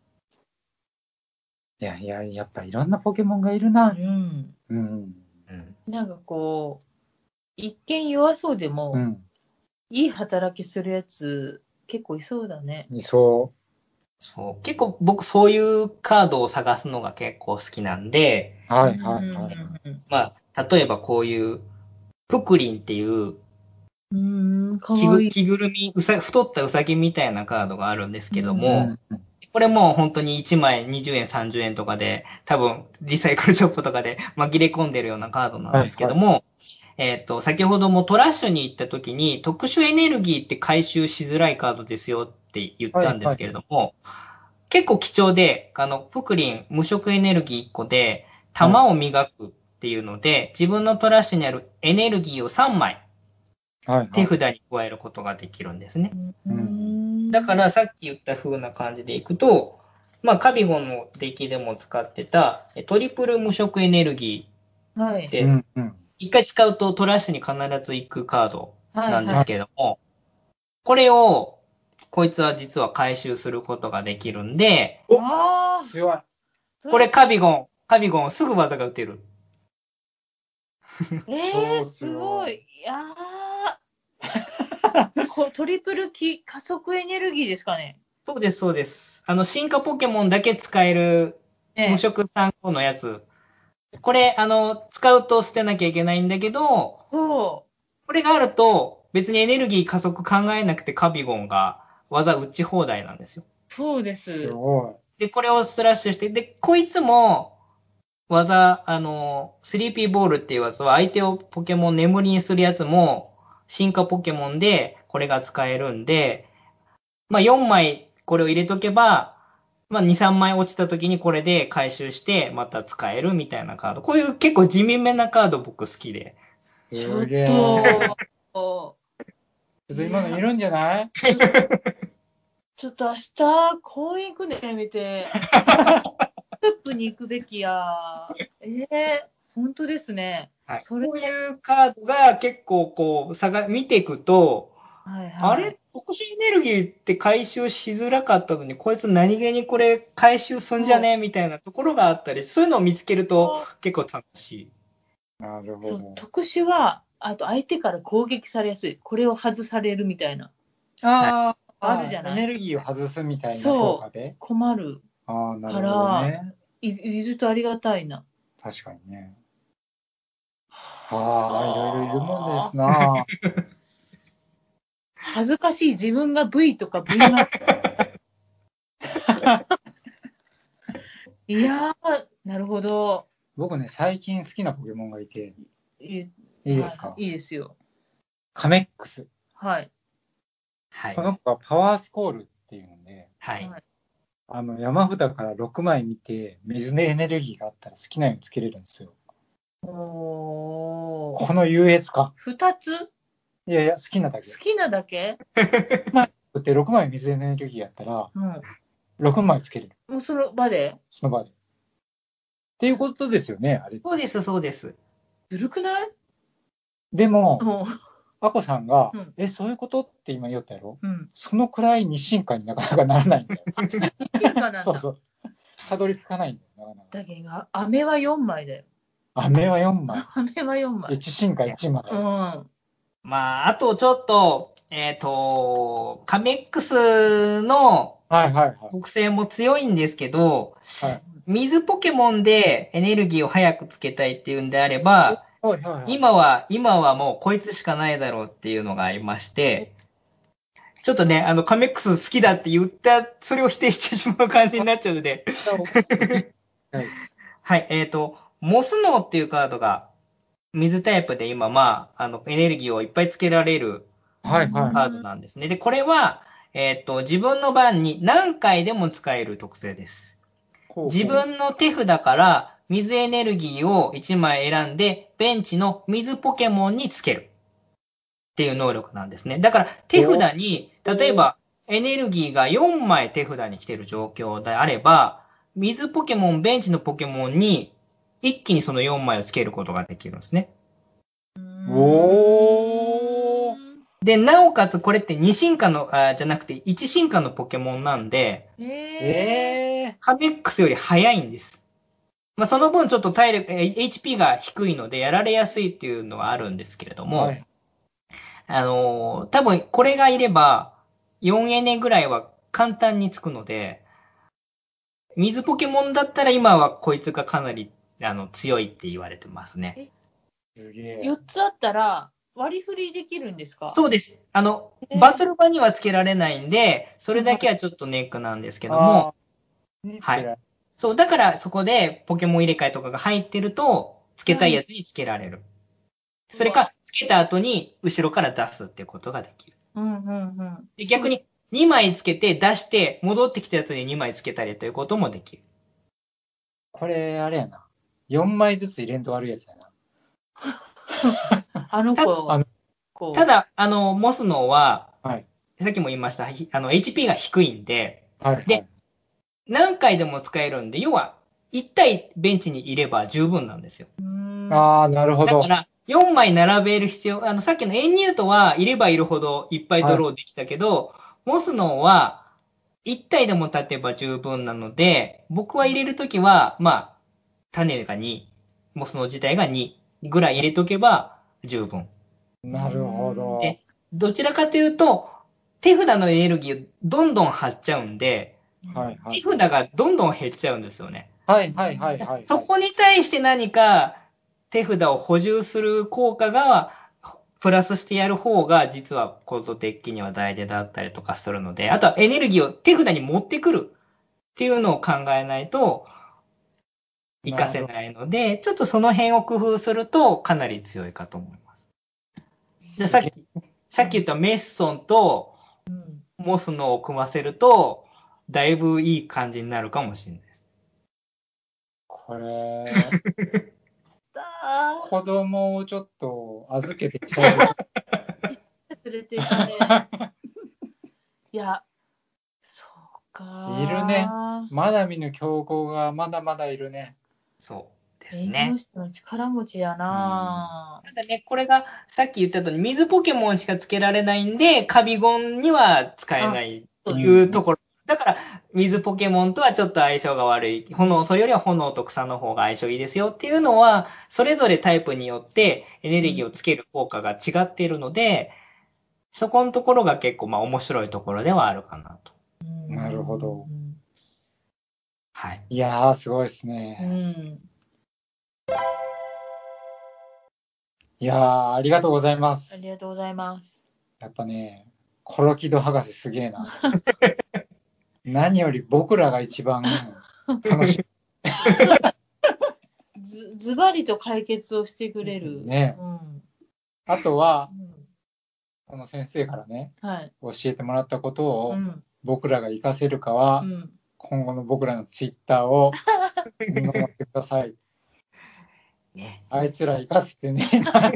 いやいや、やっぱいろんなポケモンがいるな。うん。 うん。なんかこう、一見弱そうでも、うん、いい働きするやつ、結構いそうだね。 いそう。 そう。結構僕そういうカードを探すのが結構好きなんで、はいはいはい。まあ、例えばこういう、プクリンっていう、うんかわいい着ぐるみうさ、太ったウサギみたいなカードがあるんですけども、うん、これも本当にいちまいにじゅうえん、さんじゅうえんとかで、多分リサイクルショップとかで紛れ込んでるようなカードなんですけども、はいはい、えっと、先ほどもトラッシュに行った時に特殊エネルギーって回収しづらいカードですよって言ったんですけれども、はいはい、 結構貴重で、あの、プクリン無色エネルギーいっこで、玉を磨くっていうので、はい、自分のトラッシュにあるエネルギーをさんまい、手札に加えることができるんですね。 うん、 だからさっき言った風な感じでいくと、まあ、カビゴンのデッキでも使ってたトリプル無色エネルギーで、はい、一回使うとトラッシュに必ず行くカードなんですけども、はいはい、これをこいつは実は回収することができるんで、 お強い。 これカビゴン、カビゴンすぐ技が打てる。 えー、すごい。いやこトリプルキ加速エネルギーですかね。 そうです、そうです。あの、進化ポケモンだけ使える無色さん号のやつ。ええ、これ、あの、使うと捨てなきゃいけないんだけど、これがあると、別にエネルギー加速考えなくてカビゴンが技打ち放題なんですよ。 そうです。 すごい。 で、これをスラッシュして、で、こいつも、技、あの、スリーピーボールっていう技は相手をポケモン眠りにするやつも、進化ポケモンでこれが使えるんで、まあよんまいこれを入れとけば、まあに、さんまい落ちた時にこれで回収してまた使えるみたいなカード。こういう結構地味めなカード僕好きで。 ちょっと、ちょっと今のいるんじゃないちょっと明日公園行くね、見て。スープに行くべきや。えー、本当ですね。 はい、それこういうカードが結構こう、差が見ていくと、はいはい、あれ特殊エネルギーって回収しづらかったのに、こいつ何気にこれ回収すんじゃねみたいなところがあったり、そういうのを見つけると結構楽しい。 なるほど。 そう特殊は、あと相手から攻撃されやすい。これを外されるみたいな。 ああ、あるじゃない。エネルギーを外すみたいな効果で。 そう、困る。 ああ、なるほどね。 い, いるとありがたいな。 確かにね。はあ、いろいろいるもんですな。 恥ずかしい自分が V とか ブイワン いやー、なるほど。 僕ね、最近好きなポケモンがいて、いいですか？ いいですよ。 カメックス。 はい。 この子はパワースコールっていうので、 はい、 あの山札からろくまい見て、水のエネルギーがあったら好きなようにつけれるんですよ。 おこの優越感。 ふたつ？ いやいや、好きなだけ。 好きなだけ？ まあ、ってろくまい水エネルギーやったら、うん、ろくまいつけれる。 もうその場で？ その場で。っていうことですよね、あれ。 そうです、そうです。 ずるくない？ でも、あこさんが、うん、え、そういうことって今言ったやろ、うん、そのくらい日進化になかなかならないんだよ。 日進化なんだ。 そうそう。たどり着かないんだよ、なかなか。 だけど、飴はよんまいだよ。 飴はよんまい。 飴はよんまい。 いち進化いちまい。 うん。 まあ、あとちょっと、えっと、カメックスの特性も強いんですけど、はいはい、水ポケモンでエネルギーを早くつけたいっていうんであれば、はいはいはい、今は、今はもうこいつしかないだろうっていうのがありまして、ちょっとね、あの、カメックス好きだって言った、それを否定してしまう感じになっちゃうので。はい、えっと、モスノーっていうカードが、水タイプで今、まあ、あの、エネルギーをいっぱいつけられるカードなんですね。で、これは、えっと、自分の番に何回でも使える特性です。自分の手札から水エネルギーをいちまい選んで、ベンチの水ポケモンにつけるっていう能力なんですね。だから、手札に、例えば、エネルギーがよんまい手札に来てる状況であれば、水ポケモン、ベンチのポケモンに、一気にそのよんまいをつけることができるんですね。 おー。 で、なおかつこれってに進化の、あじゃなくていち進化のポケモンなんで、 えー、 カメックスより速いんです。まあ、その分ちょっと体力、エイチピー が低いのでやられやすいっていうのはあるんですけれども、はい、あのー、多分これがいればよんエネぐらいは簡単につくので、水ポケモンだったら今はこいつがかなりあの強いって言われてますね。 すげえ。 よっつあったら割り振りできるんですか？ そうです。あの、えー、バトル場にはつけられないんで、それだけはちょっとネックなんですけども、はい。そう、だからそこでポケモン入れ替えとかが入ってると、つけたいやつにつけられる。うん、それか、つけた後に後ろから出すっていうことができる。 うんうんうん、 で逆に、 にまいつけて出して戻ってきたやつににまいつけたりということもできる。 これあれやな。よんまいずつ入れんと悪いやつやな。 あの子、 あのただ、あの、モスノは、はい、さっきも言いました、あの、エイチピー が低いんで、はいはい、で、何回でも使えるんで、要は、いち体ベンチにいれば十分なんですよ。 ああ、なるほど。 だから、よんまい並べる必要、あの、さっきのエンニュートはいればいるほどいっぱいドローできたけど、はい、モスノはいち体でも立てば十分なので、僕は入れるときは、まあ、種がに、モスノ自体がにぐらい入れとけば十分。 なるほど。 で、どちらかというと、手札のエネルギーをどんどん張っちゃうんで、はいはい、手札がどんどん減っちゃうんですよね。 はいはいはいはい、はい。 そこに対して何か手札を補充する効果がプラスしてやる方が実は構造的には大事だったりとかするので、あとはエネルギーを手札に持ってくるっていうのを考えないと活かせないので、ちょっとその辺を工夫するとかなり強いかと思います。じゃあさっき、さっき言ったメッソンとモスノを組ませると、だいぶいい感じになるかもしれないです。 これ、子供をちょっと預けてきたい。 連れていかね。いや、そうか。 いるね。まだ見ぬ強豪がまだまだいるね。 そうですね。 この人の力持ちやな、 うん。ただね、これがさっき言ったように水ポケモンしかつけられないんで、カビゴンには使えないというところ。だから、水ポケモンとはちょっと相性が悪い。炎、それよりは炎と草の方が相性いいですよっていうのは、それぞれタイプによってエネルギーをつける効果が違っているので、そこのところが結構まあ面白いところではあるかなと。 なるほど。 はい。 いやー、すごいですね。 うん、 いやー、ありがとうございます。 ありがとうございます。 やっぱね、コロキド博士すげえな。何より僕らが一番楽しい。 ず、ずばりと解決をしてくれる。 ね。うん、あとは、うん、この先生からね、はい、教えてもらったことを僕らが活かせるかは、うん、今後の僕らのツイッターを見守ってください。ね、あいつら活かせてねえな。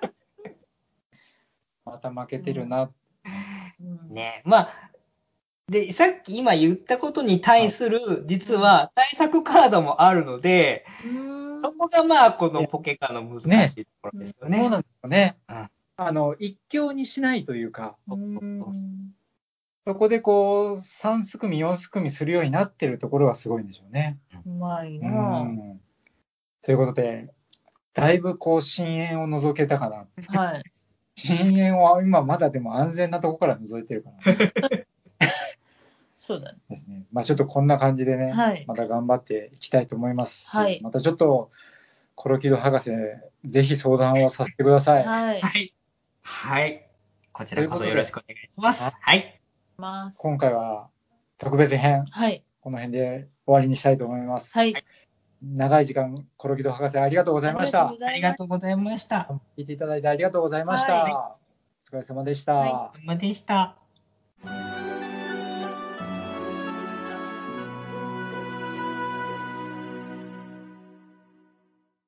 また負けてるな。 うん、ね、まあ、で、さっき今言ったことに対する、実は対策カードもあるので、うん、そこがまあ、このポケカの難しいところですよね。 そうなんですよね。うん、あの、一強にしないというか、うん、そこでこう、さんすくみ、よんすくみするようになってるところはすごいんでしょうね。 うまいな、うん、 ということで、だいぶこう、深淵を覗けたかな。 はい。 深淵は今まだでも安全なところから覗いてるかな。 そうだね。 ですね。まあちょっとこんな感じでね、はい、また頑張っていきたいと思いますし、はい、またちょっとコロキド博士、ぜひ相談をさせてください。 はい。はい。はい。こちらこそよろしくお願いします。はい。 今回は特別編、はい、この辺で終わりにしたいと思います。はい。長い時間、コロキド博士ありがとうございました。 ありがとうございました。 聞いていただいてありがとうございました。はい、お疲れ様でした。 はい、お疲れ様でした。